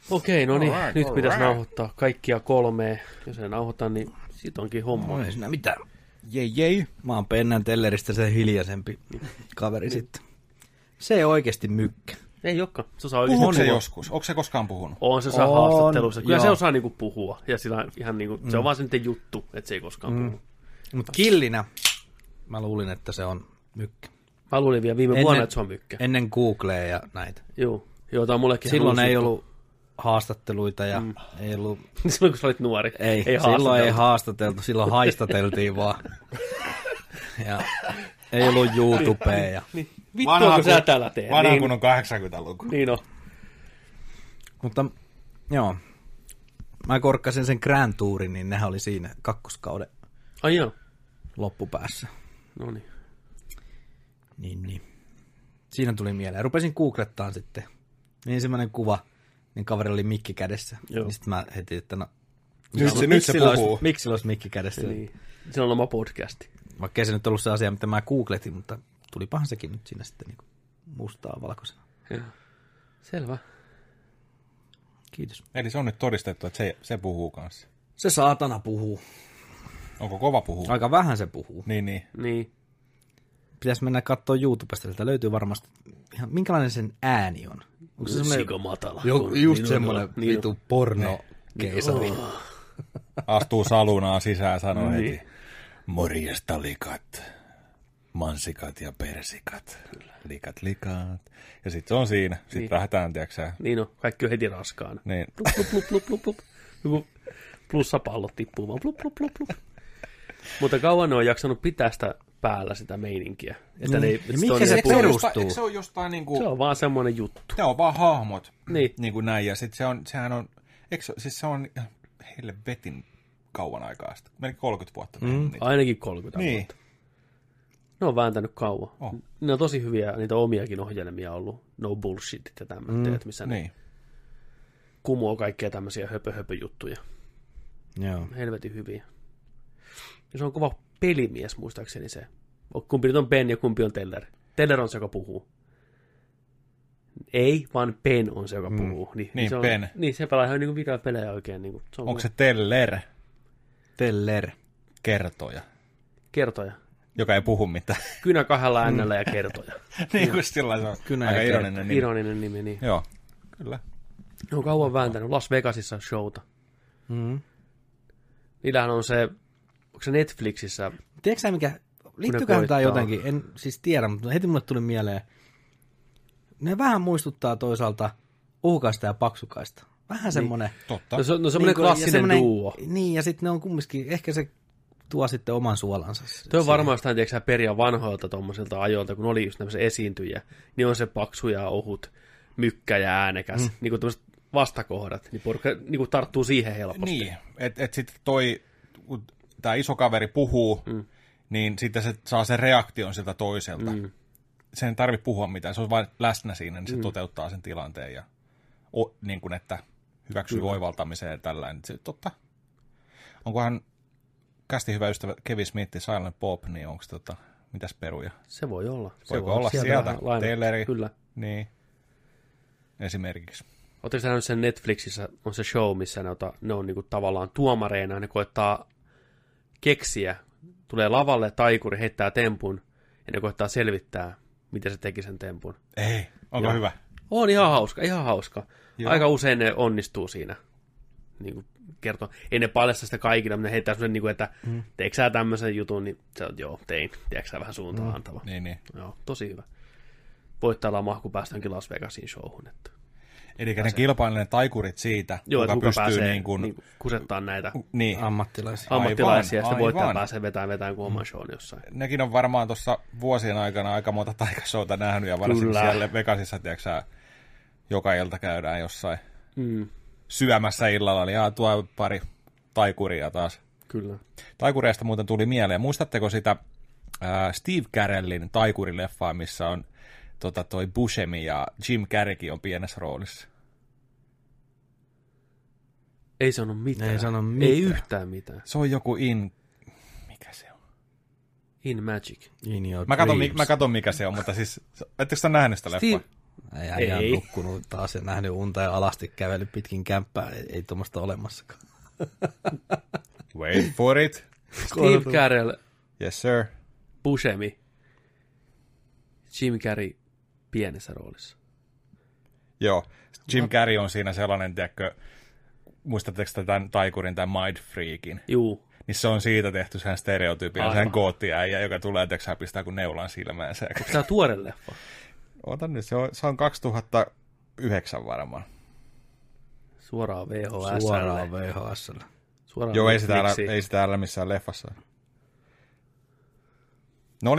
Okei, no niin, nyt pitäisi nauhoittaa kaikkia 3. Jos ei nauhoita, niin siitä onkin homma. No ei siinä mitään. Jei. Mä oon Pennan telleristä se hiljaisempi kaveri sitten. Se ei oikeasti mykkä. Ei olekaan. Se osaa oikeasti Puhuuko se joskus? Onko se koskaan puhunut? On, se saa haastattelussa. Kyllä se osaa niinku puhua. Ja sillä ihan niinku, se on vaan se niiden juttu, että se ei koskaan puhu. Mutta killinä mä luulin, että se on mykkä. Mä luulin vielä viime vuonna, että se on mykkä. Ennen Googlea ja näitä. Joo, tää on mullekin silloin ei ollut haastatteluita ja ei ollut... Silloin kun sä olit nuori. Ei silloin ei haastateltu, silloin haistateltiin vaan. Ja ei ollut YouTubea. Ja... Vittu, onko sä täällä teet? Vanha kun on 80-luku. Niin on. Mutta joo, mä korkkasin sen Grand Tourin, niin nehän oli siinä kakkoskauden loppupäässä. Noniin. Niin. Siinä tuli mieleen. Rupesin googlettaan sitten. Ensimmäinen kuva, niin kaveri oli mikki kädessä. Niin sitten mä heti, että no... Nyt se puhuu. Miksi sillä olisi mikki kädessä? Niin. Se on oma podcasti. Vaikka ei se nyt ollut se asia, mitä mä googletin, mutta tulipahan sekin nyt siinä sitten niin mustaa valkoisena. Joo. Selvä. Kiitos. Eli se on nyt todistettu, että se puhuu kanssa. Se saatana puhuu. Onko kova puhuu? Aika vähän se puhuu. Niin. Pitäisi mennä katsoa YouTubesta, sieltä löytyy varmasti ihan, minkälainen sen ääni on. Onko se semmoinen... matala. Just semmoinen vitu porno-keisari. Astuu salunaan sisään, sanoo heti. Morjesta likat, mansikat ja persikat. Likat. Ja sitten se on siinä. Sitten lähdetään, tiedätkö. Niin on, kaikki on heti raskaana. Niin. Plup. Joku plussapallot tippuu vaan plup. Mutta kauan ne on jaksanut pitää sitä päällä sitä meininkiä. Että mikä se perustuu? Eikö se ole jostain niinku... Se on vaan semmoinen juttu. Se on vaan hahmot. Niin kuin näin. Ja sitten sehän on... Se on heille vetin kauan aikaa sitten. Melkein 30 vuotta. Ainakin 30 niin. vuotta. Ne on vääntänyt kauan. Ne on tosi hyviä, niitä omiakin ohjelmia ollut. No bullshitit ja tämmöiset, missä ne kumoo kaikkea tämmöisiä höpö-juttuja. Joo. Helvetin hyviä. Ja se on kova pelimies, muistaakseni se. Kumpi nyt on Ben ja kumpi on Teller. Teller on se, joka puhuu. Ei, vaan Ben on se, joka puhuu. Niin se on, Ben. Niin, se pelaa ihan niinku pelejä oikein. Niinku, se onko se Teller? Teller. Kertoja. Joka ei puhu mitään. Kynä 2 ännällä ja kertoja. Niin kuin sillä se on aika ironinen nimi. Ironinen nimi, niin. Joo, kyllä. Ne on kauan vääntänyt Las Vegasissa showta. Niillähän on se, onko se Netflixissä? Tiedätkö sä mikä, liittyyköhän tämä jotenkin, en siis tiedä, mutta heti mulle tuli mieleen. Ne vähän muistuttaa toisaalta Uhkaista ja Paksukaista. Vähän semmoinen. Totta. No semmoinen niin klassinen duo. Niin, ja sitten ne on kumminkin, ehkä se tuo sitten oman suolansa. Tuo on varmaan sitä, tiedätkö periä vanhoilta tuommoisilta ajoilta, kun oli just tämmöisiä esiintyjiä, niin on se paksu ja ohut, mykkä ja äänekäs, niin kuin tämmöiset vastakohdat, niin porukka niin kuin tarttuu siihen helposti. Niin, että sitten kun tämä iso kaveri puhuu, niin sitten se saa sen reaktion siltä toiselta. Sen ei tarvitse puhua mitään, se on vain läsnä siinä, niin se toteuttaa sen tilanteen ja niin kuin, että hyväksyy oivaltamiseen ja tällainen. Se, totta. Onkohan kästi hyvä ystävä Kevin Smith, Silent Bob, niin onko mitäs peruja? Se voi olla. Voiko olla sieltä? Taylori. Kyllä. Niin. Esimerkiksi. Oletteko nähnyt sen Netflixissä on se show, missä ne on niinku tavallaan tuomareina, ne koettaa keksiä, tulee lavalle taikuri, heittää tempun, ja ne koettaa selvittää, miten se teki sen tempun. Ei, onko hyvä? On ihan hauska. Joo. Aika usein ne onnistuu siinä. Niin kertoo. Ei ne paljasta sitä kaikille, mutta ne heittää semmoisen, niin että teekö sä tämmöisen jutun, niin se on, joo, tein. Tiedätkö sä vähän suuntaan antava. Niin. Joo, tosi hyvä. Voittajalla mahku päästäänkin Las Vegasiin showhun. Että eli ne kilpailivat ne taikurit siitä, kuka pystyy pääsee niin kuin kusettaa näitä ammattilaisia. Ja sitten voittaja pääsee vetämään kuin oman shown jossain. Nekin on varmaan tuossa vuosien aikana aika monta taikashowta nähnyt, ja varsinkin siellä Vegasissa, tiedätkö joka ilta käydään jossain syömässä illalla, niin tuo pari taikuria taas. Kyllä. Taikureista muuten tuli mieleen. Muistatteko sitä Steve Carellin taikurileffaa, missä on toi Buscemi ja Jim Carreykin on pienessä roolissa? Ei sano mitään. Ei yhtään mitään. Se on joku mikä se on? In Magic. In your mä katon mikä se on, mutta siis, ettekö sä nähnyt sitä leffaa? Ei ole nukkunut taas ja nähnyt unta ja alasti kävellyt pitkin kämppää. Ei tuommoista olemassakaan. Wait for it. Steve Carell. Yes, sir. Buscemi. Jim Carrey pienessä roolissa. Joo. Jim Carrey on siinä sellainen, tiedätkö, muistatteko tämän taikurin, tämän Mind Freakin? Juu. Niin se on siitä tehty sen stereotypia, sen goottiäijä, joka tulee, tiedätkö, pistää kuin neulan silmäänsä. Onko tämä tuore leffa? Otan nyt, se on 2009 varmaan. Suoraan VHS. Suoraan VHS. Joo, ei se täällä missään leffassa.